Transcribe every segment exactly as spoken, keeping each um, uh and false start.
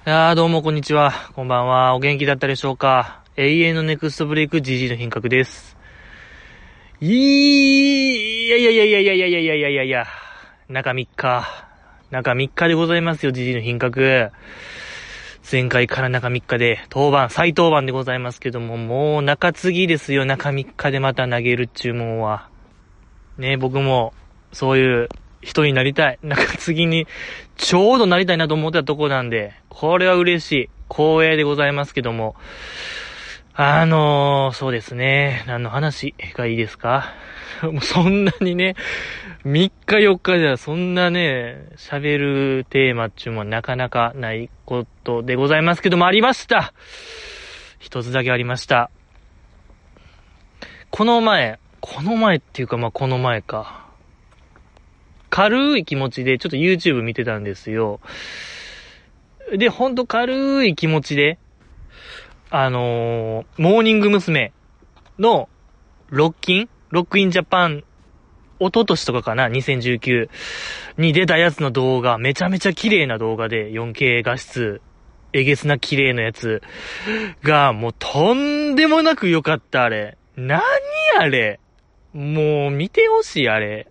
いやーどうもこんにちは。こんばんは。お元気だったでしょうか。永遠のネクストブレイク ジージー の品格です。いやいやいやいやいやいやいやいやいやいやいや。中みっか。中みっかでございますよ、ジージー の品格。前回から中みっかで登板、再登板でございますけども、もう中継ぎですよ。中みっかでまた投げる注文は。ね、僕もそういう人になりたい。中継ぎにちょうどなりたいなと思ってたとこなんで、これは嬉しい。光栄でございますけども。あのー、そうですね。何の話がいいですか？もうそんなにね、みっかよっかじゃそんなね、喋るテーマっちゅうもなかなかないことでございますけども、ありました。一つだけありました。この前、この前っていうかまあこの前か。軽い気持ちでちょっと YouTube 見てたんですよ。で、ほんと軽い気持ちで、あのー、モーニング娘。のロッキンロックインジャパン、一昨年とかかな、にせんじゅうきゅうに出たやつの動画、めちゃめちゃ綺麗な動画で、よんケー 画質、えげつな綺麗なやつが、もうとんでもなく良かった、あれ。何あれ。もう見てほしい、あれ。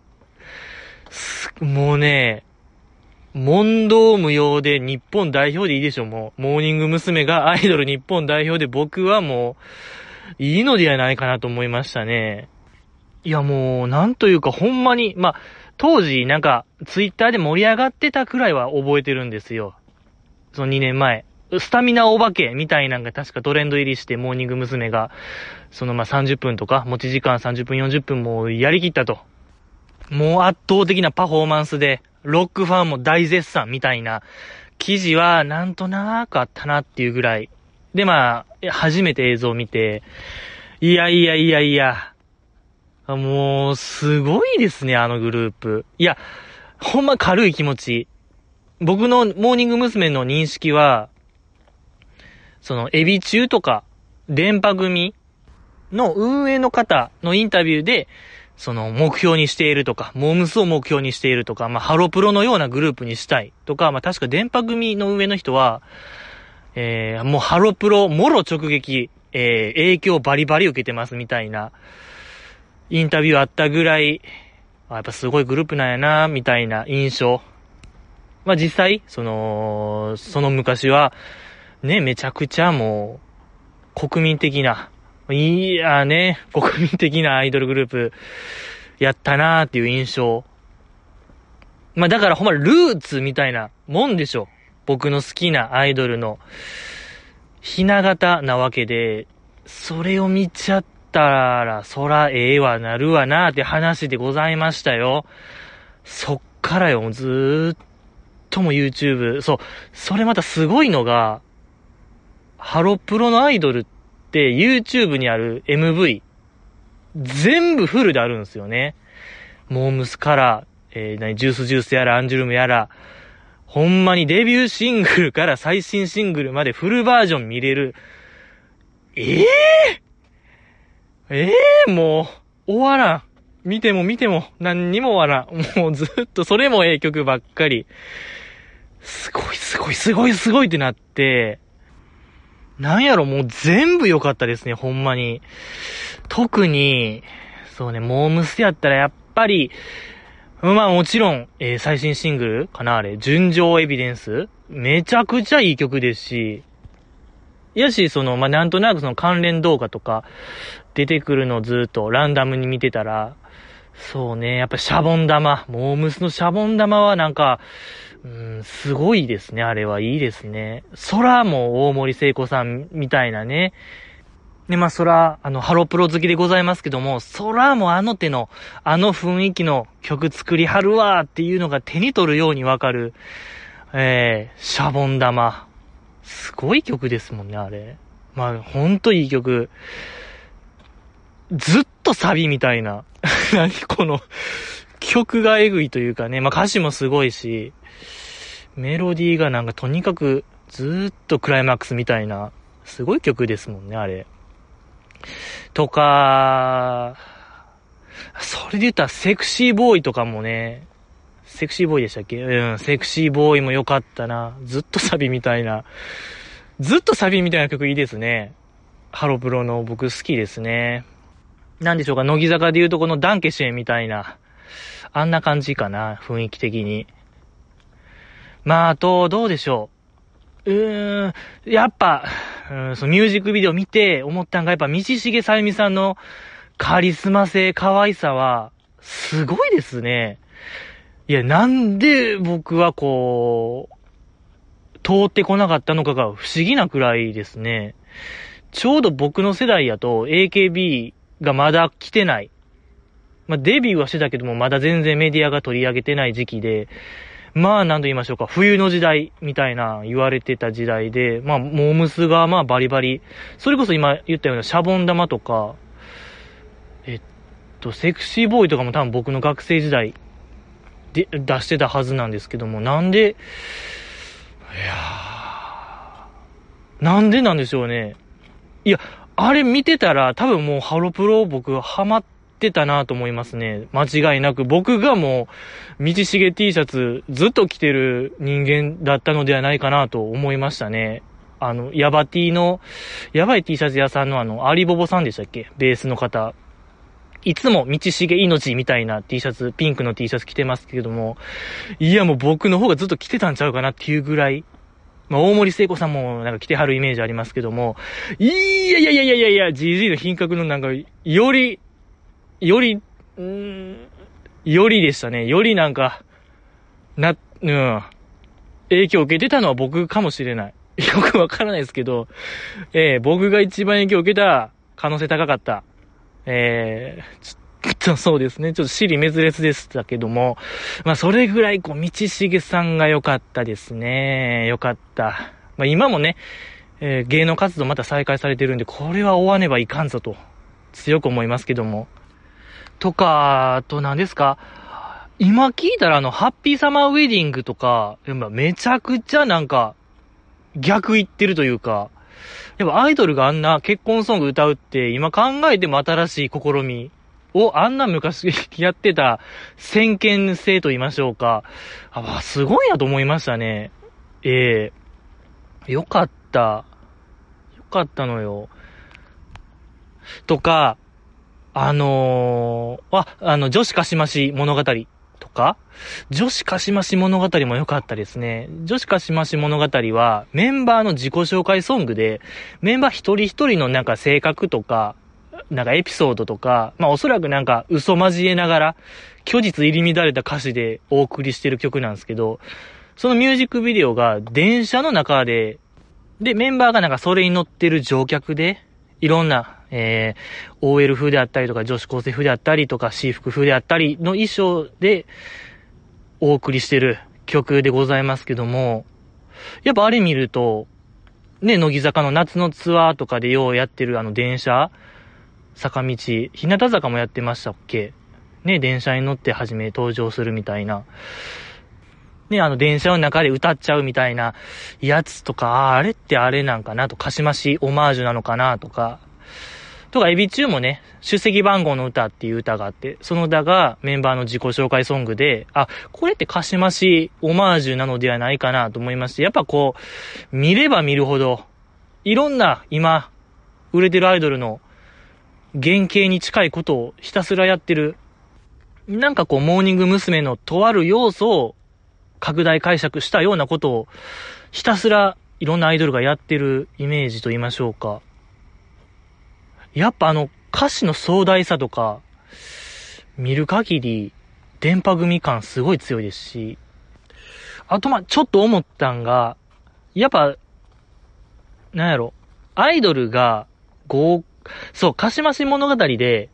もうね、問答無用で日本代表でいいでしょ、もう。モーニング娘。がアイドル日本代表で僕はもう、いいのではないかなと思いましたね。いやもう、なんというかほんまに、まあ、当時なんか、ツイッターで盛り上がってたくらいは覚えてるんですよ。そのにねんまえ。スタミナお化けみたいなのが確かトレンド入りして、モーニング娘。が、そのまあさんじゅっぷんとか、持ち時間さんじゅっぷんよんじゅっぷんもやりきったと。もう圧倒的なパフォーマンスで、ロックファンも大絶賛みたいな記事はなんとなくあったなっていうぐらい。でまあ、初めて映像を見て、いやいやいやいや、もうすごいですね、あのグループ。いや、ほんま軽い気持ち。僕のモーニング娘。の認識は、そのエビ中とか、電波組の運営の方のインタビューで、その目標にしているとか、モームスを目標にしているとか、まあハロプロのようなグループにしたいとか、まあ確か電波組の運営の人は、えー、もうハロプロもろ直撃、えー、影響バリバリ受けてますみたいなインタビューあったぐらい、やっぱすごいグループなんやなみたいな印象。まあ実際、その、その昔は、ね、めちゃくちゃもう、国民的な、いやね、国民的なアイドルグループやったなーっていう印象。まあだからほんまルーツみたいなもんでしょ。僕の好きなアイドルのひな形なわけで、それを見ちゃったら、そらええわなるわなーって話でございましたよ。そっからよ、ずーっとも YouTube、そう、それまたすごいのが、ハロプロのアイドルって YouTube にある エムブイ、全部フルであるんですよね。モームスから、えー、何、ジュースジュースやら、アンジュルムやら、ほんまにデビューシングルから最新シングルまでフルバージョン見れる。ええー、ええー、もう、終わらん。見ても見ても何にも終わらん。もうずっとそれもええ曲ばっかり。すごいすごいすごいすごいってなって、なんやろ、もう全部良かったですね、ほんまに。特に、そうね、モームスやったらやっぱり、まあもちろん、えー、最新シングルかなあれ、純情エビデンスめちゃくちゃいい曲ですし、やし、その、まあなんとなくその関連動画とか出てくるのをずっとランダムに見てたら、そうね、やっぱシャボン玉、モームスのシャボン玉はなんか、うん、すごいですね、あれはいいですね。空も大森聖子さんみたいなね。で、まあ、空、あの、ハロプロ好きでございますけども、空もあの手の、あの雰囲気の曲作りはるわーっていうのが手に取るようにわかる、えー、シャボン玉。すごい曲ですもんね、あれ。まあ、ほんといい曲。ずっとサビみたいな。何この、曲がエグいというかね、まあ歌詞もすごいし、メロディーがなんかとにかくずーっとクライマックスみたいな、すごい曲ですもんね、あれ。とか、それで言ったらセクシーボーイとかもね、 セクシーボーイでしたっけ？うん、セクシーボーイも良かったな。ずっとサビみたいな。ずっとサビみたいな曲いいですね。ハロプロの僕好きですね。なんでしょうか、乃木坂で言うとこのダンケシェンみたいな、あんな感じかな、雰囲気的に。まあ、あと、どうでしょう。うーん、やっぱ、うん、そのミュージックビデオ見て思ったんが、やっぱ道重さゆみさんのカリスマ性、可愛さは、すごいですね。いや、なんで僕はこう、通ってこなかったのかが不思議なくらいですね。ちょうど僕の世代やと エーケービー がまだ来てない。まあ、デビューはしてたけども、まだ全然メディアが取り上げてない時期で、まあ、何と言いましょうか、冬の時代みたいな言われてた時代で、まあ、モームスがまあバリバリ、それこそ今言ったようなシャボン玉とか、えっと、セクシーボーイとかも多分僕の学生時代で出してたはずなんですけども、なんで、いやー、なんでなんでしょうね。いや、あれ見てたら多分もうハロプロ僕ハマってたなと思いますね。間違いなく僕がもう道重 T シャツずっと着てる人間だったのではないかなと思いましたね。あの、ヤバ T の、やばい T シャツ屋さんのあの、アリボボさんでしたっけ？ベースの方。いつも道重命みたいな T シャツ、ピンクの T シャツ着てますけれども、いやもう僕の方がずっと着てたんちゃうかなっていうぐらい、まあ、大森聖子さんもなんか着てはるイメージありますけども、いやいやいやいやいやいや、ジージー の品格のなんか、より、より、うーん、よりでしたね。よりなんか、な、うん、影響を受けてたのは僕かもしれない。よくわからないですけど、えー、僕が一番影響を受けた可能性高かった。えー、ちょっとそうですね。ちょっと尻滅裂でしたけども、まあそれぐらいこう、道重さんが良かったですね。良かった。まあ今もね、えー、芸能活動また再開されてるんで、これは追わねばいかんぞと、強く思いますけども。とか、あと何ですか？今聞いたらあの、ハッピーサマーウェディングとか、めちゃくちゃなんか、逆言ってるというか、やっぱアイドルがあんな結婚ソング歌うって、今考えても新しい試みをあんな昔やってた先見性と言いましょうか。あ、すごいなと思いましたね。ええよかった。よかったのよ。とか、あのー、あ、あの、女子かしまし物語とか、女子かしまし物語も良かったですね。女子かしまし物語はメンバーの自己紹介ソングで、メンバー一人一人のなんか性格とか、なんかエピソードとか、まあおそらくなんか嘘交えながら、虚実入り乱れた歌詞でお送りしてる曲なんですけど、そのミュージックビデオが電車の中で、で、メンバーがなんかそれに乗ってる乗客で、いろんな、えー、オーエル 風であったりとか、女子高生風であったりとか、私服風であったりの衣装でお送りしてる曲でございますけども、やっぱあれ見ると、ね、乃木坂の夏のツアーとかでようやってるあの電車、坂道、日向坂もやってましたっけ？ね、電車に乗って初め登場するみたいな。ね、あの電車の中で歌っちゃうみたいなやつとか、あ, あれってあれなんかなと、かしましオマージュなのかなとか、とかエビ中もね、出席番号の歌っていう歌があって、その歌がメンバーの自己紹介ソングで、あ、これってかしましオマージュなのではないかなと思いまして、やっぱこう、見れば見るほど、いろんな今、売れてるアイドルの原型に近いことをひたすらやってる、なんかこう、モーニング娘。のとある要素を拡大解釈したようなことをひたすらいろんなアイドルがやってるイメージと言いましょうか。やっぱあの歌詞の壮大さとか見る限り電波組感すごい強いですし、あとまあちょっと思ったんが、やっぱなんやろ、アイドルがごそう、かしまし物語で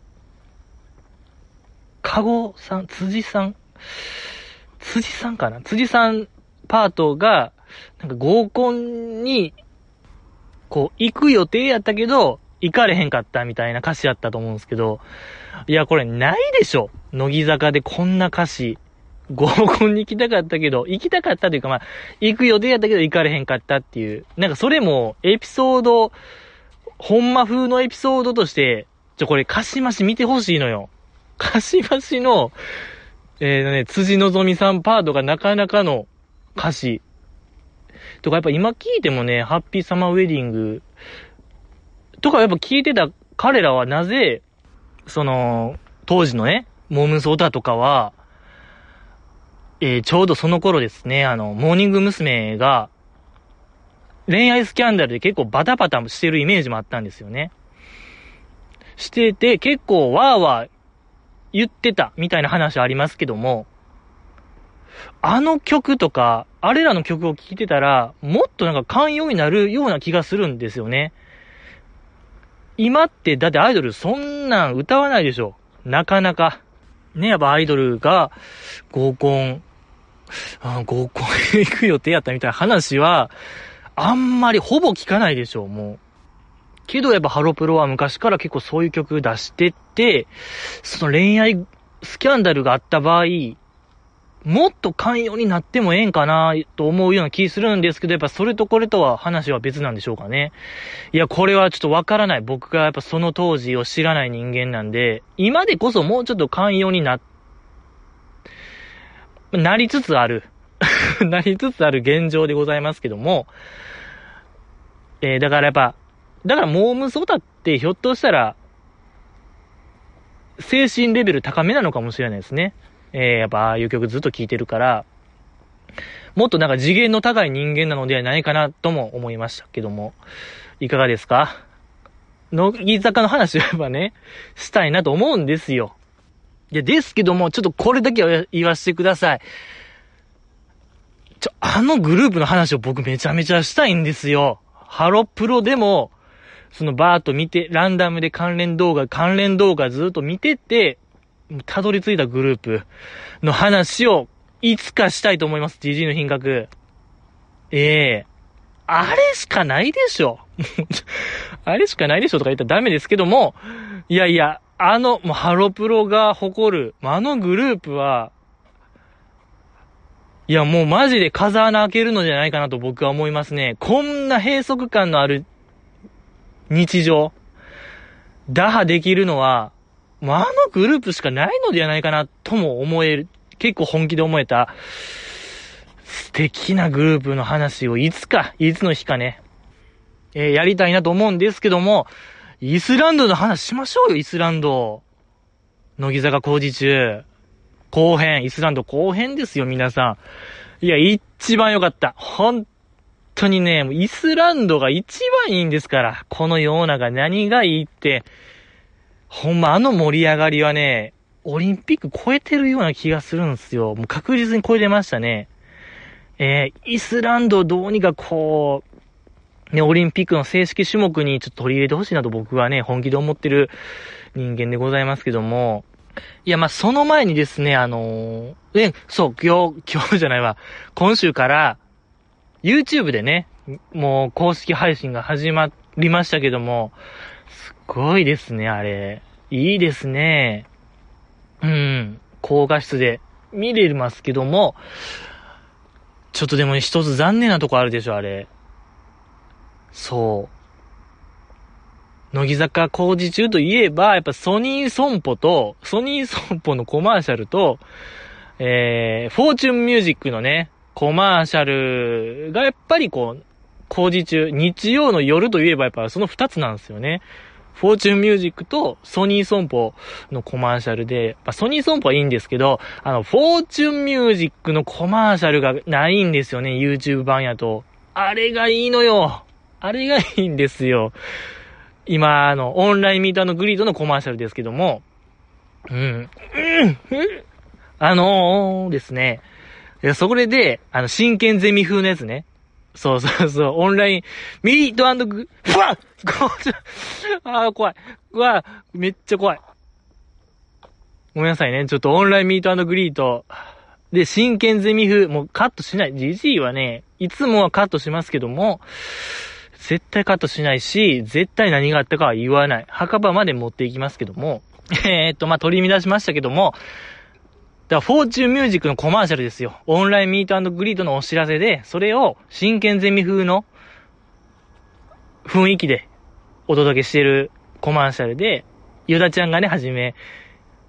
かごさん、辻さん辻さんかな辻さんパートが、なんか合コンに、こう、行く予定やったけど、行かれへんかったみたいな歌詞やったと思うんですけど、いや、これないでしょ。乃木坂でこんな歌詞。合コンに行きたかったけど、行きたかったというか、まあ、行く予定やったけど行かれへんかったっていう。なんかそれも、エピソード、ほんま風のエピソードとして、ちょ、これ、かしまし見てほしいのよ。かしましの、 えーとね、辻希美さんパートがなかなかの歌詞。とかやっぱ今聞いてもね、ハッピーサマーウェディングとかやっぱ聞いてた彼らはなぜ、その、当時のね、モームスオタとかは、えー、ちょうどその頃ですね、あの、モーニング娘。が、恋愛スキャンダルで結構バタバタしてるイメージもあったんですよね。してて、結構わーわー言ってたみたいな話ありますけども、あの曲とか、あれらの曲を聴いてたら、もっとなんか寛容になるような気がするんですよね。今って、だってアイドルそんなん歌わないでしょ。なかなか。ね、やっぱアイドルが合コン、あ合コン行く予定やったみたいな話は、あんまりほぼ聞かないでしょう、もう。けどやっぱハロプロは昔から結構そういう曲出してって、その恋愛スキャンダルがあった場合、もっと寛容になってもええんかなと思うような気するんですけど、やっぱそれとこれとは話は別なんでしょうかね。いや、これはちょっとわからない。僕がやっぱその当時を知らない人間なんで、今でこそもうちょっと寛容にな、なりつつある。なりつつある現状でございますけども、えー、だからやっぱ、だからモームスオタってひょっとしたら、精神レベル高めなのかもしれないですね。えー、やっぱああいう曲ずっと聴いてるから、もっとなんか次元の高い人間なのではないかなとも思いましたけども、いかがですか？乃木坂の話をやっぱね、したいなと思うんですよ。いや、ですけども、ちょっとこれだけは言わせてください。ちょ、あのグループの話を僕めちゃめちゃしたいんですよ。ハロプロでも、そのバーッと見て、ランダムで関連動画、関連動画ずっと見てて、たどり着いたグループの話をいつかしたいと思います。ジジイの品格。ええー、あれしかないでしょ。あれしかないでしょとか言ったらダメですけども、いやいや、あの、もうハロプロが誇る、あのグループは、いやもうマジで風穴開けるのじゃないかなと僕は思いますね。こんな閉塞感のある日常、打破できるのは、もうあのグループしかないのではないかなとも思える、結構本気で思えた、素敵なグループの話をいつか、いつの日かね、えー、やりたいなと思うんですけども、イスランドの話しましょうよ、イスランド。乃木坂工事中。後編、イスランド後編ですよ、皆さん。いや、一番良かった。本当にね、もうイスランドが一番いいんですから。この世の中何がいいって、ほんまあの盛り上がりはね、オリンピック超えてるような気がするんですよ。もう確実に超えてましたね。えー、イスランドをどうにかこう、ね、オリンピックの正式種目にちょっと取り入れてほしいなと僕はね、本気で思ってる人間でございますけども、いや、まあ、その前にですね、あのー、え、そう、今日、今日じゃないわ、今週から、YouTube でね、もう公式配信が始まりましたけども、すごいですね、あれ。いいですね。うん、高画質で見れますけども、ちょっとでも一つ残念なとこあるでしょ、あれ。そう。乃木坂工事中といえば、やっぱソニー損保と、ソニー損保のコマーシャルと、えー、フォーチュンミュージックのね、コマーシャルがやっぱりこう、工事中、日曜の夜といえばやっぱその二つなんですよね。フォーチュンミュージックとソニー損保のコマーシャルで、まあ、ソニー損保はいいんですけど、あの、フォーチュンミュージックのコマーシャルがないんですよね、YouTube 版やと。あれがいいのよ。あれがいいんですよ。今、あの、オンラインミーターのグリードのコマーシャルですけども、うん、うん、あのー、ですね、いや、それで、あの、真剣ゼミ風のやつね。そうそうそう、オンライン、ミート&グ、ふわっあー、怖い。うわめっちゃ怖い。ごめんなさいね。ちょっとオンラインミート&グリート。で、真剣ゼミ風、もうカットしない。ジジイはね、いつもはカットしますけども、絶対カットしないし、絶対何があったかは言わない。墓場まで持っていきますけども、えーっと、まあ、取り乱しましたけども、だから、フォーチュンミュージックのコマーシャルですよ。オンラインミート&グリートのお知らせで、それを真剣ゼミ風の雰囲気でお届けしているコマーシャルで、ヨダちゃんがね、はじめ、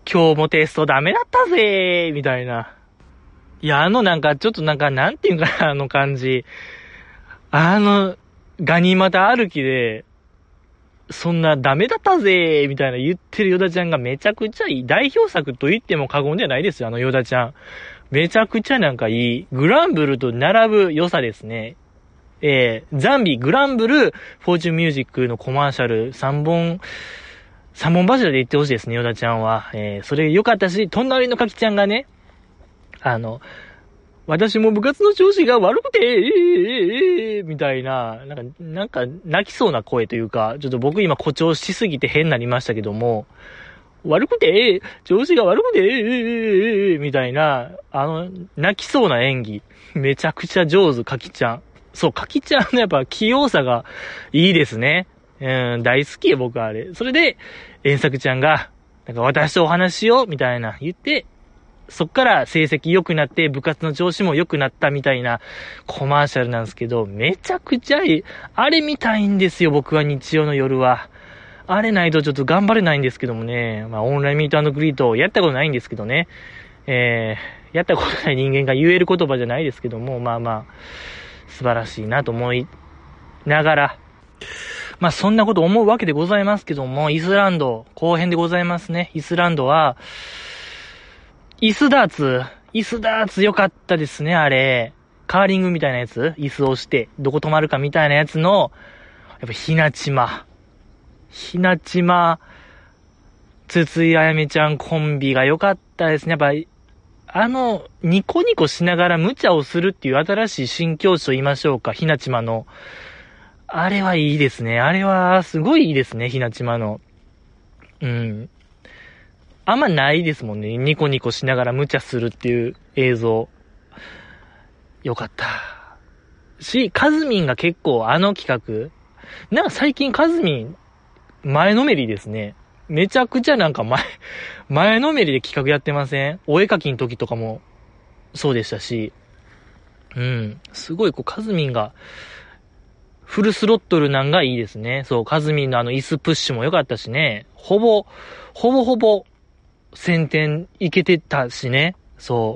今日もテストダメだったぜーみたいな。いや、あのなんか、ちょっとなんか、なんていうんかな、あの感じ。あの、ガニ股歩きで、そんなダメだったぜーみたいな言ってるヨダちゃんがめちゃくちゃいい。代表作と言っても過言ではないですよ、あのヨダちゃん。めちゃくちゃなんかいい。グランブルと並ぶ良さですね。えー、ザンビ、グランブル、フォーチュンミュージックのコマーシャルさんぼん、さんぼん柱で言ってほしいですね、ヨダちゃんは。えー、それ良かったし、隣のカキちゃんがね、あの、私も部活の調子が悪くて、えー、えー、みたいな、なんか、なんか、泣きそうな声というか、ちょっと僕今誇張しすぎて変になりましたけども、悪くて、調子が悪くて、えー、みたいな、あの、泣きそうな演技、めちゃくちゃ上手、カキちゃん。そう、カキちゃんのやっぱ器用さがいいですね。うん、大好きよ、僕はあれ。それで、遠作ちゃんが、なんか私とお話ししよう、みたいな言って、そっから成績良くなって部活の調子も良くなったみたいなコマーシャルなんですけど、めちゃくちゃいい。あれ見たいんですよ、僕は日曜の夜は。あれないとちょっと頑張れないんですけどもね。まあオンラインミート&グリートやったことないんですけどね。えー、やったことない人間が言える言葉じゃないですけども、まあまあ、素晴らしいなと思いながら、まあそんなこと思うわけでございますけども、イスランド後編でございますね。イスランドは、イスダーツ、イスダーツ良かったですね、あれ。カーリングみたいなやつ、椅子をして、どこ止まるかみたいなやつの、やっぱひなちま。ひなちま、筒井あやめちゃんコンビが良かったですね。やっぱり、あの、ニコニコしながら無茶をするっていう新しい新境地と言いましょうか、ひなちまの。あれはいいですね。あれはすごいいいですね、ひなちまの。うん。あんまないですもんね。ニコニコしながら無茶するっていう映像。よかった。し、カズミンが結構あの企画。なんか最近カズミン、前のめりですね。めちゃくちゃなんか前、前のめりで企画やってません？お絵描きの時とかもそうでしたし。うん。すごいこうカズミンが、フルスロットルなんがいいですね。そう、カズミンのあの椅子プッシュも良かったしね。ほぼ、ほぼほぼ、先点いけてたしね。そう。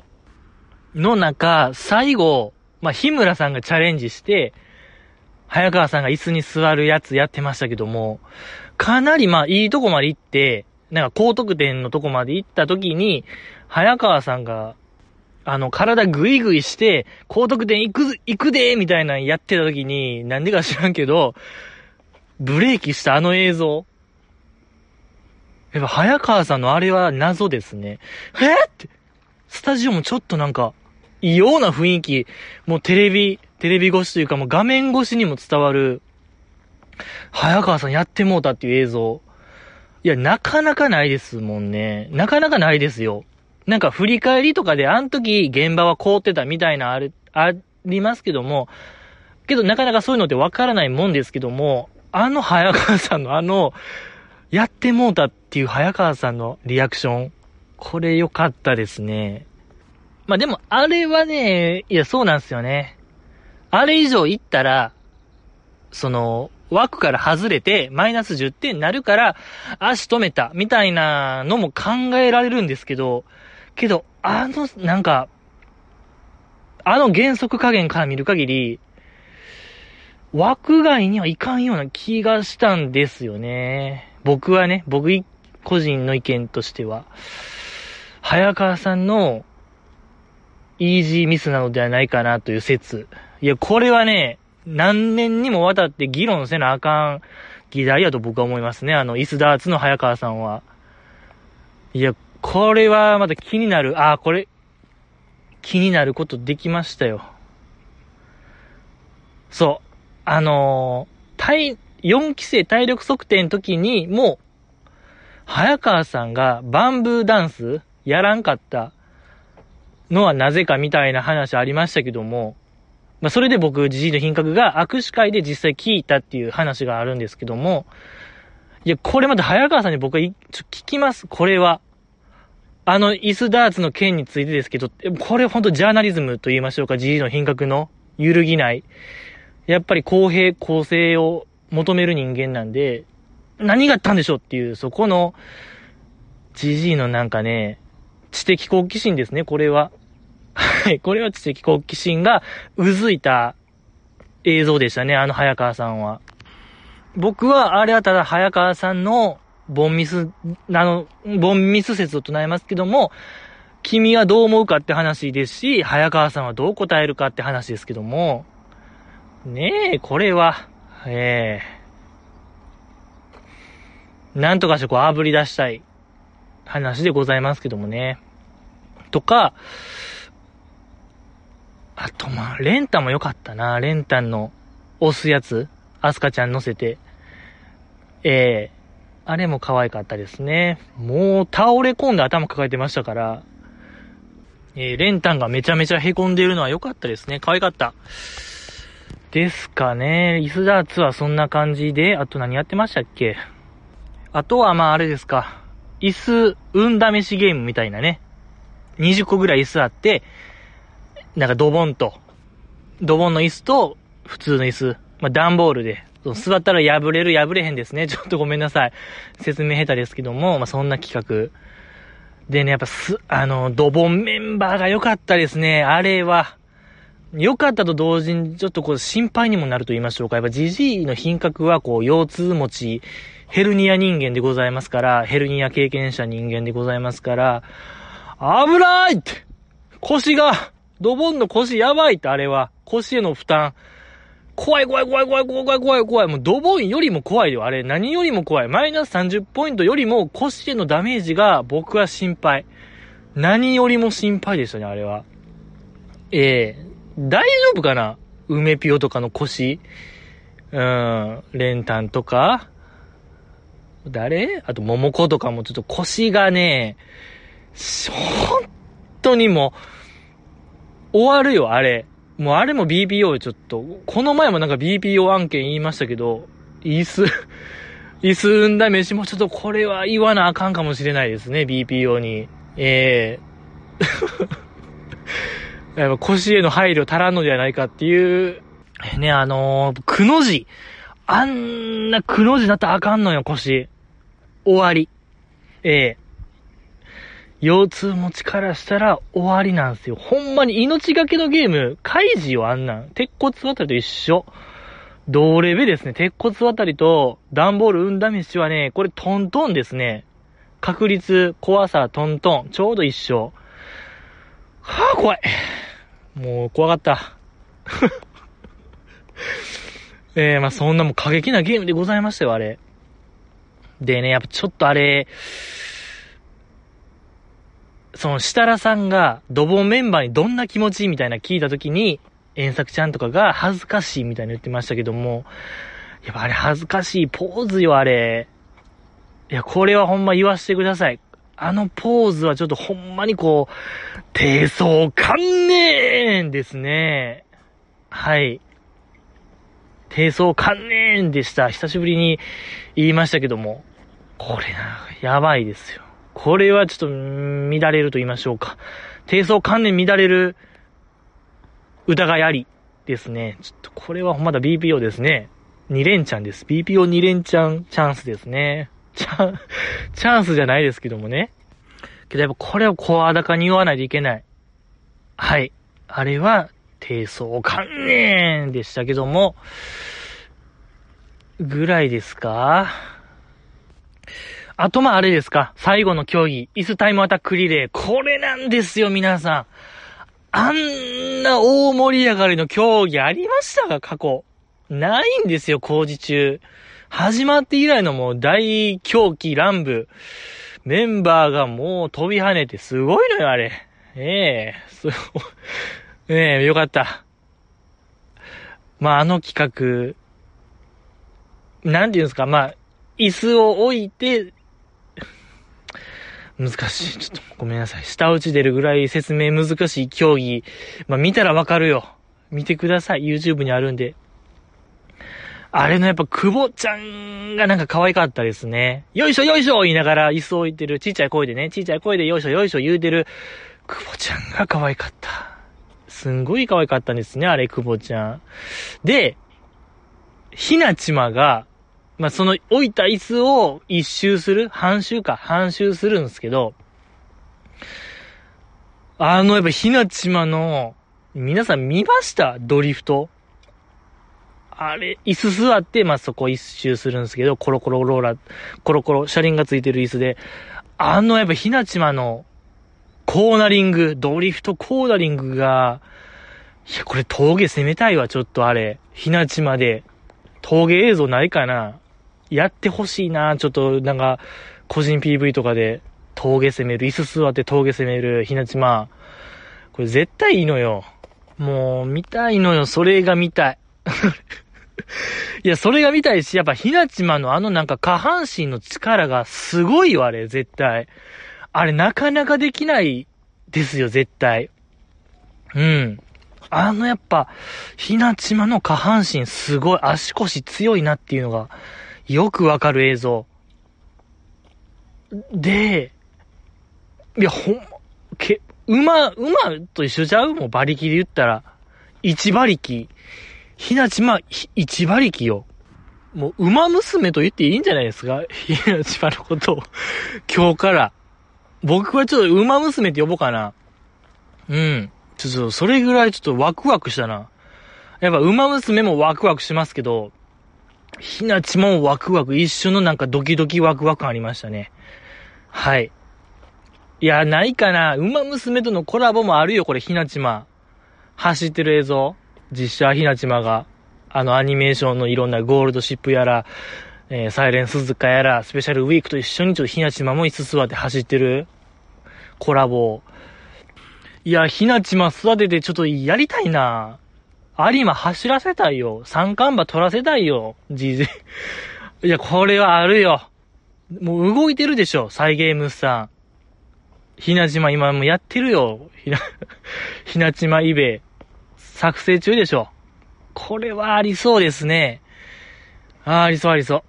の中、最後、まあ、日村さんがチャレンジして、早川さんが椅子に座るやつやってましたけども、かなりまあ、いいとこまで行って、なんか高得点のとこまで行った時に、早川さんが、あの、体グイグイして、高得点行く、行くでーみたいなのやってた時に、なんでか知らんけど、ブレーキしたあの映像、やっぱ早川さんのあれは謎ですね。えー、って、スタジオもちょっとなんか、異様な雰囲気、もうテレビ、テレビ越しというかもう画面越しにも伝わる、早川さんやってもうたっていう映像。いや、なかなかないですもんね。なかなかないですよ。なんか振り返りとかであの時現場は凍ってたみたいなある、ありますけども、けどなかなかそういうのってわからないもんですけども、あの早川さんのあの、やってもうたっていう早川さんのリアクション。これ良かったですね。まあでも、あれはね、いや、そうなんですよね。あれ以上いったら、その、枠から外れて、マイナスじゅってんになるから、足止めた、みたいなのも考えられるんですけど、けど、あの、なんか、あの原則加減から見る限り、枠外にはいかんような気がしたんですよね。僕はね、僕個人の意見としては、早川さんのイージーミスなのではないかなという説。いや、これはね、何年にもわたって議論せなあかん議題やと僕は思いますね。あの、イスダーツの早川さんは。いや、これはまた気になる。ああ、これ、気になることできましたよ。そう。あのー、体、よんきせい体力測定の時にもう、早川さんがバンブーダンスやらんかったのはなぜかみたいな話ありましたけども、まあそれで僕、ジジイの品格が握手会で実際聞いたっていう話があるんですけども、いや、これまた早川さんに僕はちょ聞きます、これは。あの、イスダーツの件についてですけど、これほんとジャーナリズムと言いましょうか、ジジイの品格の揺るぎない。やっぱり公平、公正を求める人間なんで、何があったんでしょうっていう、そこのジジイのなんかね、知的好奇心ですね、これは。はい、これは知的好奇心がうずいた映像でしたね、あの早川さんは。僕は、あれはただ早川さんのボンミス、あの、ボンミス説を唱えますけども、君はどう思うかって話ですし、早川さんはどう答えるかって話ですけども、ねえ、これは、ええ、なんとかしてこう炙り出したい話でございますけどもね。とか、あとまあ、レンタンも良かったな。レンタンの押すやつ、アスカちゃん乗せて。ええー、あれも可愛かったですね。もう倒れ込んで頭抱えてましたから、えー、レンタンがめちゃめちゃ凹んでいるのは良かったですね。可愛かった。ですかね。イスダーツはそんな感じで、あと何やってましたっけ？あとはまああれですか。椅子、運試しゲームみたいなね。にじゅっこぐらい椅子あって、なんかドボンと、ドボンの椅子と普通の椅子、まあ段ボールで、座ったら破れる破れへんですね。ちょっとごめんなさい。説明下手ですけども、まあそんな企画。でね、やっぱす、あの、ドボンメンバーが良かったですね。あれは。良かったと同時に、ちょっとこう心配にもなると言いましょうか。やっぱジジイの品格はこう、腰痛持ち、ヘルニア人間でございますから、ヘルニア経験者人間でございますから、危ないって、腰が、ドボンの腰やばいって、あれは。腰への負担。怖い怖い怖い怖い怖い怖い怖い怖い。もうドボンよりも怖いよ。あれ、何よりも怖い。マイナスさんじゅうポイントよりも腰へのダメージが僕は心配。何よりも心配でしたね、あれは。ええー、大丈夫かな？梅ピオとかの腰。うん、レンタンとか。誰？あと、桃子とかもちょっと腰がね、本当にもう、終わるよ、あれ。もうあれも ビーピーオー ちょっと、この前もなんか ビーピーオー 案件言いましたけど、椅子、椅子運試しもちょっとこれは言わなあかんかもしれないですね、ビーピーオー に。ええー。やっぱ腰への配慮足らんのではないかっていう、ね、あのー、くの字。あんなくの字だったらあかんのよ、腰。終わり。ええー。腰痛持ちからしたら終わりなんですよ。ほんまに命がけのゲーム、カイジよ、あんなん。鉄骨渡りと一緒。同レベですね。鉄骨渡りと段ボール運試しはね、これトントンですね。確率、怖さ、トントン。ちょうど一緒。はぁ、怖い。もう怖かった。えー、まあそんなもう過激なゲームでございましたよ、あれ。でね、やっぱちょっとあれ、その、設楽さんが、ドボンメンバーにどんな気持ちみたいな聞いたときに、遠作ちゃんとかが恥ずかしいみたいに言ってましたけども、やっぱあれ恥ずかしいポーズよ、あれ。いや、これはほんま言わせてください。あのポーズはちょっとほんまにこう、低層観念ですね。はい。低層観念でした。久しぶりに言いましたけども、これな、やばいですよ。これはちょっと乱れると言いましょうか。低層観念乱れる疑いありですね。ちょっとこれはまだ ビーピーオー ですね。に連チャンです。ビーピーオーに 連チャンチャンスですね。チャン、チャンスじゃないですけどもね。けどやっぱこれを声高に言わないといけない。はい。あれは低層観念でしたけども、ぐらいですか？あとまああれですか、最後の競技、椅子タイムアタックリレー。これなんですよ、皆さん。あんな大盛り上がりの競技ありましたか、過去。ないんですよ、工事中。始まって以来のもう大狂気乱舞。メンバーがもう飛び跳ねてすごいのよ、あれ。ええー、そう。ええー、よかった。まああの企画、なんていうんですか、まあ、椅子を置いて、難しい。ちょっとごめんなさい。下打ち出るぐらい説明難しい競技。まあ見たらわかるよ。見てください。YouTube にあるんで。あれのやっぱ久保ちゃんがなんか可愛かったですね。よいしょよいしょ言いながら椅子を置いてる。ちっちゃい声でね。ちっちゃい声でよいしょよいしょ言うてる。久保ちゃんが可愛かった。すんごい可愛かったんですね。あれ久保ちゃん。で、ひなちまがまあ、その置いた椅子を一周する、半周か、半周するんですけど、あの、やっぱ、ひなちまの、皆さん見ました？ドリフト。あれ、椅子座って、まあ、そこ一周するんですけど、コロコロローラー、コロコロ、車輪がついてる椅子で、あの、やっぱ、ひなちまの、コーナリング、ドリフトコーナリングが、いや、これ峠攻めたいわ、ちょっとあれ。ひなちまで、峠映像ないかな？やってほしいな、ちょっと、なんか、個人 ピーブイ とかで、峠攻める、椅子座って峠攻める、ひなちま。これ絶対いいのよ。もう、見たいのよ、それが見たい。いや、それが見たいし、やっぱひなちまのあのなんか下半身の力がすごいよ、あれ、絶対。あれ、なかなかできないですよ、絶対。うん。あのやっぱ、ひなちまの下半身すごい、足腰強いなっていうのが、よくわかる映像。で、いや、ほんま、け、馬、馬と一緒ちゃう？もう馬力で言ったら。一馬力。ひなちま、一馬力よ。もう、馬娘と言っていいんじゃないですか？ひなちまのことを。今日から。僕はちょっと馬娘って呼ぼうかな。うん。ちょっと、それぐらいちょっとワクワクしたな。やっぱ馬娘もワクワクしますけど、ひなちまもワクワク、一緒のなんかドキドキワクワクありましたね。はい。いや、ないかな。馬娘とのコラボもあるよ、これ、ひなちま。走ってる映像。実写ひなちまが。あのアニメーションのいろんなゴールドシップやら、えー、サイレンスズカやら、スペシャルウィークと一緒にちょっとひなちまも椅子座って走ってるコラボ。いや、ひなちま育ててちょっとやりたいな。有馬走らせたいよ。三冠馬取らせたいよ。じじ。いや、これはあるよ。もう動いてるでしょ、サイゲームスさん。ひなちま今もやってるよ。ひな、ひなちまイベ作成中でしょ。これはありそうですね。あ, ありそうありそう。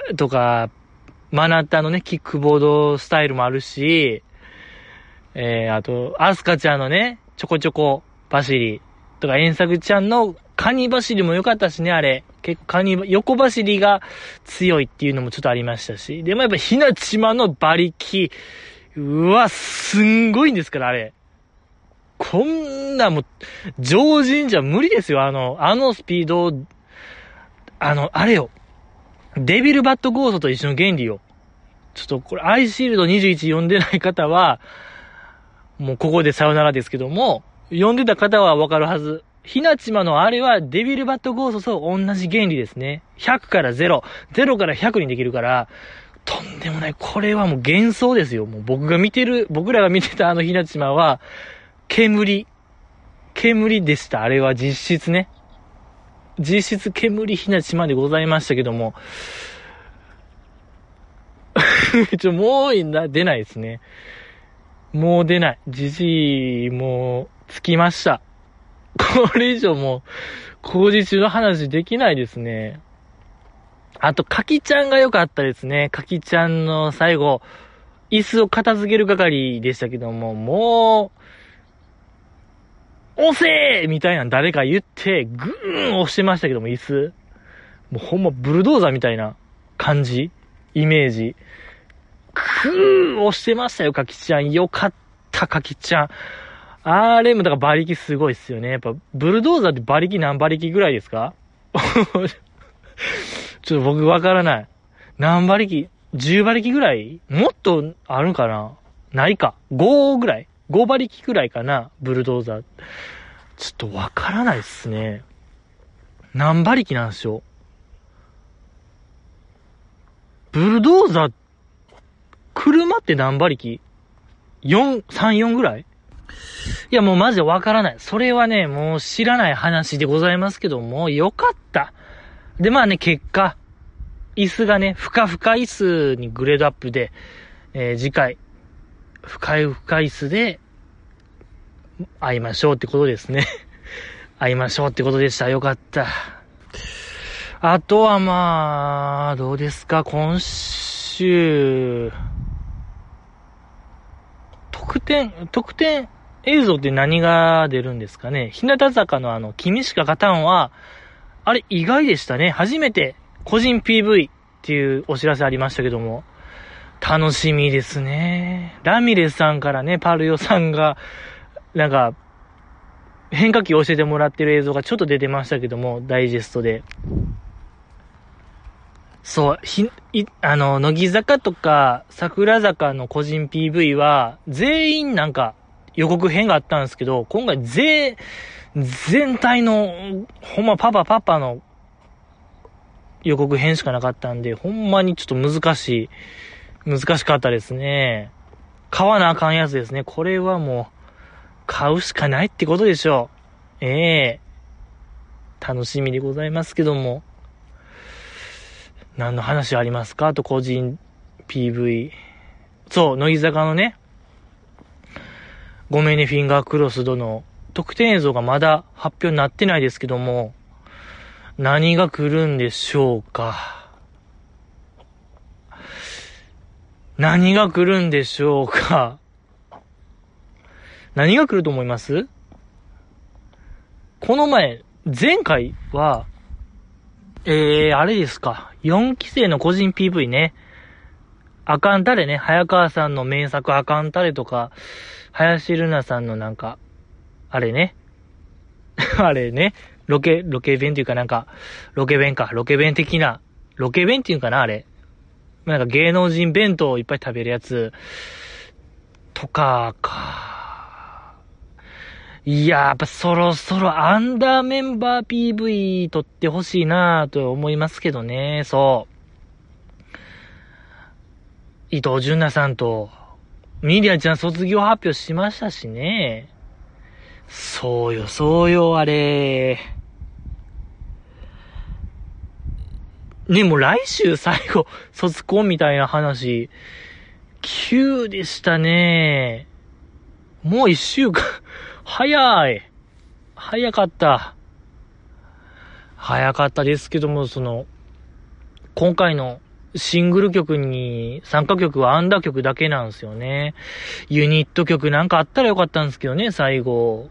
とか、マナッタのね、キックボードスタイルもあるし、えー、あと、アスカちゃんのね、ちょこちょこ走り。とか、エンサグちゃんのカニ走りも良かったしね、あれ。結構カニ、横走りが強いっていうのもちょっとありましたし。でもやっぱひなちまの馬力、うわ、すんごいんですから、あれ。こんなもう、常人じゃ無理ですよ、あの、あのスピード、あの、あれよ。デビルバットゴーストと一緒の原理よ。ちょっとこれ、アイシールドにじゅういち読んでない方は、もうここでさよならですけども、読んでた方はわかるはず。ひなちまのあれはデビルバットゴーストと同じ原理ですね。ひゃくからゼロ、ゼロからひゃくにできるから、とんでもない。これはもう幻想ですよ。もう僕が見てる、僕らが見てたあのひなちまは、煙。煙でした。あれは実質ね。実質煙ひなちまでございましたけども。ちょ、もう出ないですね。もう出ない。じじい、もう、つきました。これ以上もう、工事中の話できないですね。あと、かきちゃんが良かったですね。かきちゃんの最後、椅子を片付ける係でしたけども、もう、押せーみたいな誰か言って、ぐーん押してましたけども、椅子。もうほんまブルドーザーみたいな感じイメージ。くー押してましたよ、かきちゃん。よかった、かきちゃん。あれも、だから馬力すごいっすよね。やっぱ、ブルドーザーって馬力何馬力ぐらいですか？ちょっと僕わからない。何馬力 ?じゅう 馬力ぐらい？もっとあるかな？ないか。ごぐらい ?ご 馬力ぐらいかな？ブルドーザー。ちょっとわからないっすね。何馬力なんでしょう？ブルドーザー、車って何馬力？ よん、さん、よんぐらい？いやもうマジでわからない。それはね、もう知らない話でございますけども、よかった。でまあね、結果、椅子がね、ふかふか椅子にグレードアップで、えー、次回、深い深い椅子で、会いましょうってことですね。会いましょうってことでした。よかった。あとはまあ、どうですか、今週、特典、特典映像って何が出るんですかね。日向坂のあの、君しか勝たんは、あれ意外でしたね。初めて個人 ピーブイ っていうお知らせありましたけども、楽しみですね。ラミレスさんからね、パルヨさんが、なんか、変化球を教えてもらってる映像がちょっと出てましたけども、ダイジェストで。そう、ひ、い、あの、乃木坂とか桜坂の個人 ピーブイ は、全員なんか予告編があったんですけど、今回全、全体の、ほんまパパパパの予告編しかなかったんで、ほんまにちょっと難しい、難しかったですね。買わなあかんやつですね。これはもう、買うしかないってことでしょう。ええー、楽しみでございますけども。何の話ありますか？あと個人 ピーブイ。そう、乃木坂のね、ごめんねフィンガークロスドの特典映像がまだ発表になってないですけども、何が来るんでしょうか。何が来るんでしょうか。何が来ると思います？この前、前回は、えー、あれですか。よんきせいの個人 ピーブイ ね。アカンタレね。早川さんの名作アカンタレとか、林瑠奈さんのなんか、あれね。あれね。ロケ、ロケ弁っていうかなんか、ロケ弁か。ロケ弁的な。ロケ弁っていうかな、あれ。なんか芸能人弁当をいっぱい食べるやつ。とか、か。いやー、やっぱそろそろアンダーメンバー ピーブイ 撮ってほしいなーと思いますけどね。そう。伊藤純奈さんと、ミリアちゃん卒業発表しましたしね。そうよ、そうよ、あれ。ね、もう来週最後、卒コンみたいな話、急でしたね。もう一週間、早い。早かった。早かったですけども、その、今回のシングル曲に参加曲はアンダー曲だけなんですよね。ユニット曲なんかあったらよかったんですけどね、最後。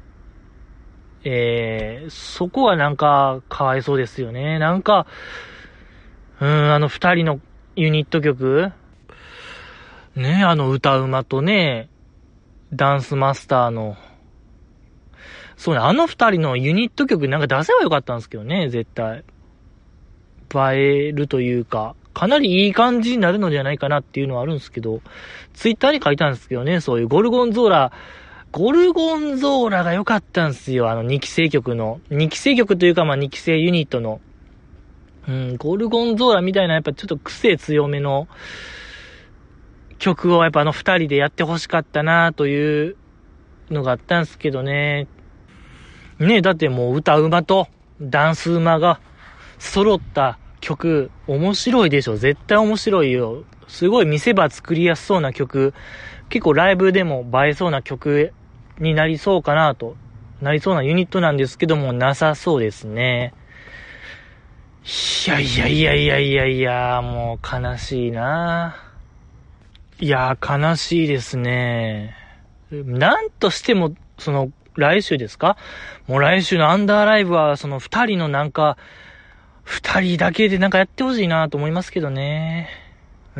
えー、そこはなんか、かわいそうですよね。なんか、うーん、あの二人のユニット曲ね、あの歌うまとね、ダンスマスターの、そうね、あの二人のユニット曲なんか出せばよかったんですけどね、絶対。映えるというか、かなりいい感じになるのではないかなっていうのはあるんですけど、ツイッターに書いたんですけどね、そういうゴルゴンゾーラ、ゴルゴンゾーラが良かったんですよ、あのにきせい曲の。にきせい曲というか、まあにきせいユニットの。うん、ゴルゴンゾーラみたいなやっぱちょっと癖強めの曲をやっぱあの二人でやってほしかったなというのがあったんですけどね。ねえ、だってもう歌うまとダンスうまが揃った曲、面白いでしょ。絶対面白いよ。すごい見せ場作りやすそうな曲、結構ライブでも映えそうな曲になりそうかなと、なりそうなユニットなんですけども、なさそうですね。いやいやいやいやいやいや、もう悲しいな。いや、悲しいですね。なんとしても、その、来週ですか？もう来週のアンダーライブは、その二人のなんか、二人だけでなんかやってほしいなと思いますけどね。うん。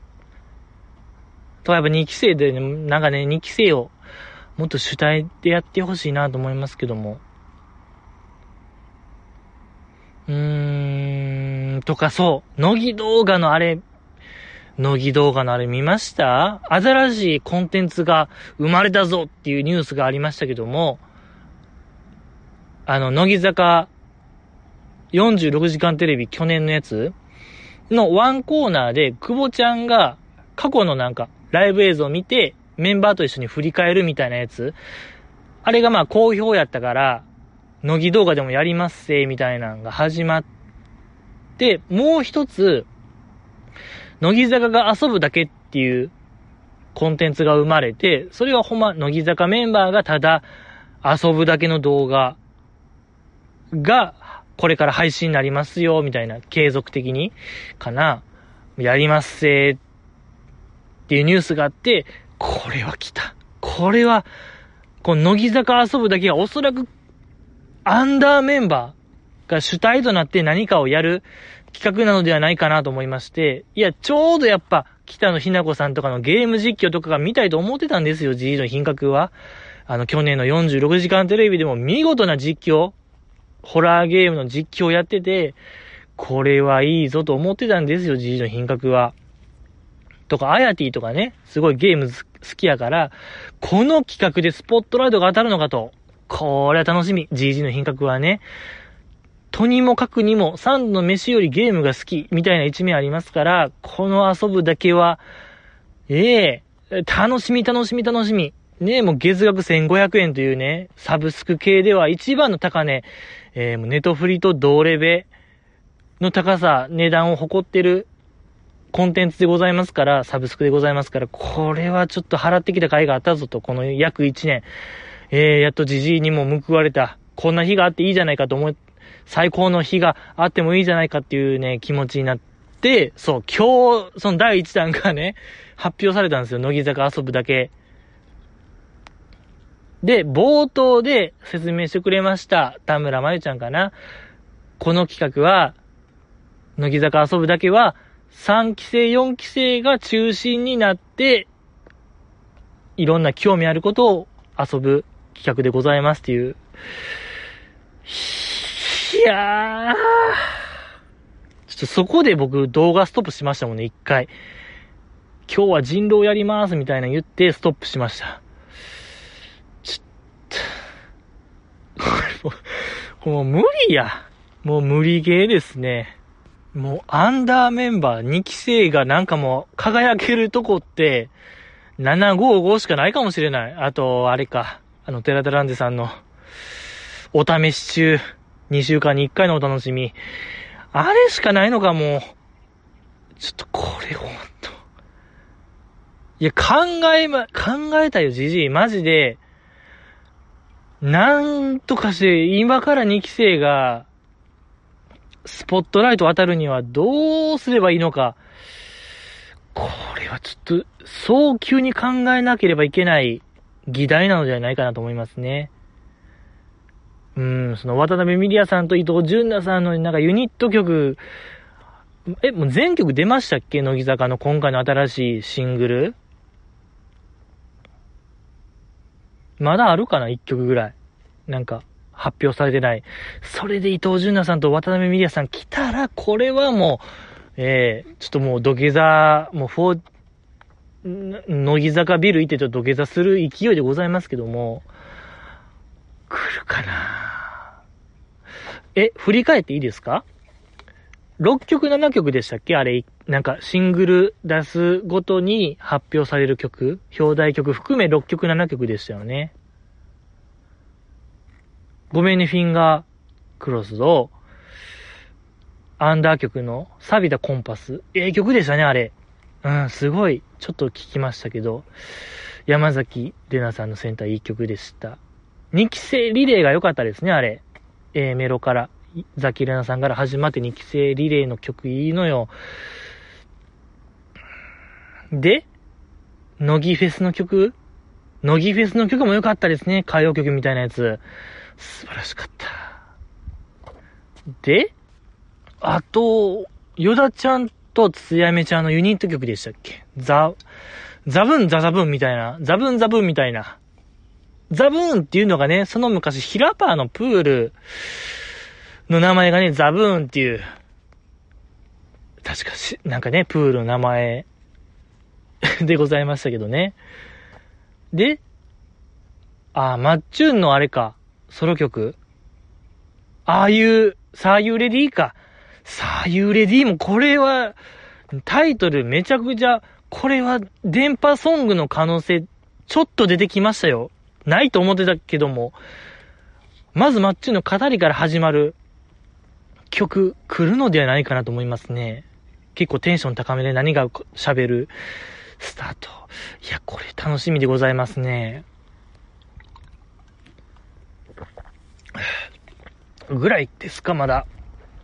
と、やっぱにきせいで、ね、なんかね、にきせいをもっと主体でやってほしいなと思いますけども。うーん、とかそう、乃木動画のあれ、乃木動画のあれ見ました？新しいコンテンツが生まれたぞっていうニュースがありましたけども、あの、乃木坂よんじゅうろくじかんテレビ去年のやつのワンコーナーで、久保ちゃんが過去のなんかライブ映像を見てメンバーと一緒に振り返るみたいなやつ。あれがまあ好評やったから、乃木動画でもやりますせ、みたいなのが始まって、もう一つ、乃木坂が遊ぶだけっていうコンテンツが生まれて、それはほんま乃木坂メンバーがただ遊ぶだけの動画がこれから配信になりますよ、みたいな、継続的にかな、やりますせっていうニュースがあって、これは来た。これは、この乃木坂遊ぶだけがおそらくアンダーメンバが主体となって何かをやる企画なのではないかなと思いまして、いや、ちょうどやっぱ、北野日な子さんとかのゲーム実況とかが見たいと思ってたんですよ、ジージーの品格は。あの、去年のよんじゅうろくじかんテレビでも見事な実況、ホラーゲームの実況をやってて、これはいいぞと思ってたんですよ、ジージーの品格は。とか、アヤティとかね、すごいゲーム好きやから、この企画でスポットライトが当たるのかと。これは楽しみ、ジージーの品格はね。とにもかくにも、三度の飯よりゲームが好き、みたいな一面ありますから、この遊ぶだけは、ええ楽しみ楽しみ楽しみ。ねえ、もう月額せんごひゃくえんというね、サブスク系では一番の高値、えー、もうネトフリと同レベの高さ、値段を誇ってるコンテンツでございますから、サブスクでございますから、これはちょっと払ってきた甲斐があったぞと、この約いちねん。えー、やっとジジイにも報われた。こんな日があっていいじゃないかと思い、最高の日があってもいいじゃないかっていうね、気持ちになって、そう、今日、そのだいいちだんがね、発表されたんですよ。乃木坂遊ぶだけ。で、冒頭で説明してくれました。田村真由ちゃんかな。この企画は、乃木坂遊ぶだけは、さんきせい、よんきせいが中心になって、いろんな興味あることを遊ぶ企画でございますっていう。いやー。ちょっとそこで僕動画ストップしましたもんね、一回。今日は人狼やりますみたいな言ってストップしました。ちょっと。これもう無理や。もう無理ゲーですね。もうアンダーメンバーにきせいがなんかもう輝けるとこって、ななごごしかないかもしれない。あと、あれか。あの、テラタランゼさんの、お試し中、にしゅうかんにいっかいのお楽しみ。あれしかないのかもう。ちょっとこれほんと。いや、考えま、考えたよ、じじい。マジで。なんとかして、今からにきせいが、スポットライト当たるにはどうすればいいのか。これはちょっと、早急に考えなければいけない議題なのではないかなと思いますね。うん、その渡辺美里也さんと伊藤純奈さんのなんかユニット曲、え、もう全曲出ましたっけ？乃木坂の今回の新しいシングル？まだあるかな？ いっ 曲ぐらい。なんか、発表されてない。それで伊藤純奈さんと渡辺美里也さん来たら、これはもう、えー、ちょっともう土下座、もうフォー、乃木坂ビル行ってちょっと土下座する勢いでございますけども、来るかな？え、振り返っていいですか？ろっきょくななきょくでしたっけ？あれ、なんかシングル出すごとに発表される曲、表題曲含めろっきょくななきょくでしたよね。ごめんねフィンガークロスと、アンダー曲の錆びたコンパス。ええ曲でしたね、あれ。うん、すごい、ちょっと聞きましたけど、山崎玲奈さんのセンターいい曲でした。にきせいリレーが良かったですね、あれ。A メロから、ザキレナさんから始まってにきせいリレーの曲いいのよ。で、乃木フェスの曲乃木フェスの曲も良かったですね。歌謡曲みたいなやつ。素晴らしかった。で、あと、ヨダちゃんとつやめちゃんのユニット曲でしたっけ？ザ、ザブンザザブンみたいな。ザブンザブンみたいな。ザブーンっていうのがね、その昔ヒラパーのプールの名前がね、ザブーンっていう、確かし、なんかね、プールの名前でございましたけどね。で、あ、マッチューンのあれか、ソロ曲。ああいう、さあいうレディーか。さあいうレディーもこれは、タイトルめちゃくちゃ、これは電波ソングの可能性、ちょっと出てきましたよ。ないと思ってたけども、まずマッチュの語りから始まる曲来るのではないかなと思いますね。結構テンション高めで何が喋るスタート。いや、これ楽しみでございますね。ぐらいですか、まだ。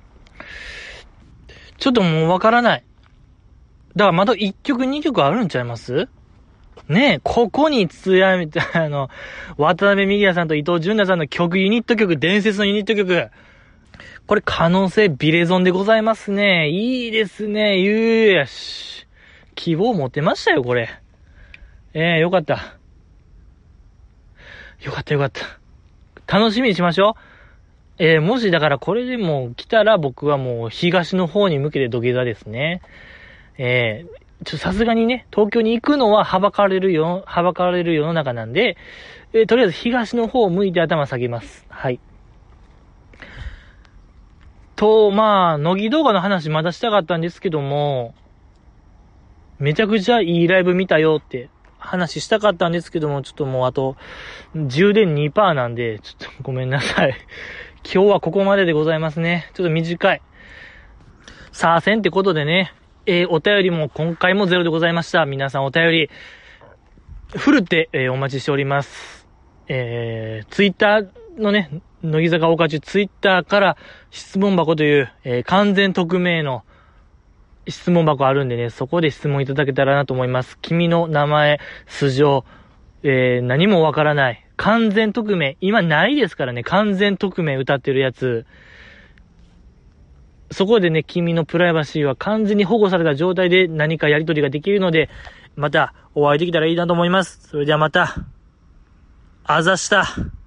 ちょっともうわからない。だからまだいっきょくにきょくあるんちゃいます？ねえ、ここにつやみたいな、あの、渡辺美里也さんと伊藤純奈さんの曲、ユニット曲、伝説のユニット曲。 これ可能性ビレゾンでございますね。いいですね。ゆうやし。希望持ってましたよ、これ。えー、よかった。よかったよかった。楽しみにしましょう。えー、もしだからこれでも来たら僕はもう東の方に向けて土下座ですね。えー、ちょ、さすがにね、東京に行くのははばかれるよ、はばかれる世の中なんで、えー、とりあえず東の方を向いて頭下げます。はい。と、まあ、乃木動画の話まだしたかったんですけども、めちゃくちゃいいライブ見たよって話したかったんですけども、ちょっともうあと、充電 にパーセント なんで、ちょっとごめんなさい。今日はここまででございますね。ちょっと短い。さあせんってことでね、えー、お便りも今回もゼロでございました。皆さんお便り、フルって、えー、お待ちしております。えー、ツイッターのね、乃木坂大勝ちツイッターから質問箱という、えー、完全匿名の質問箱あるんでね、そこで質問いただけたらなと思います。君の名前、素性、えー、何もわからない。完全匿名。今ないですからね、完全匿名歌ってるやつ。そこでね、君のプライバシーは完全に保護された状態で何かやり取りができるので、またお会いできたらいいなと思います。それではまた、あざした。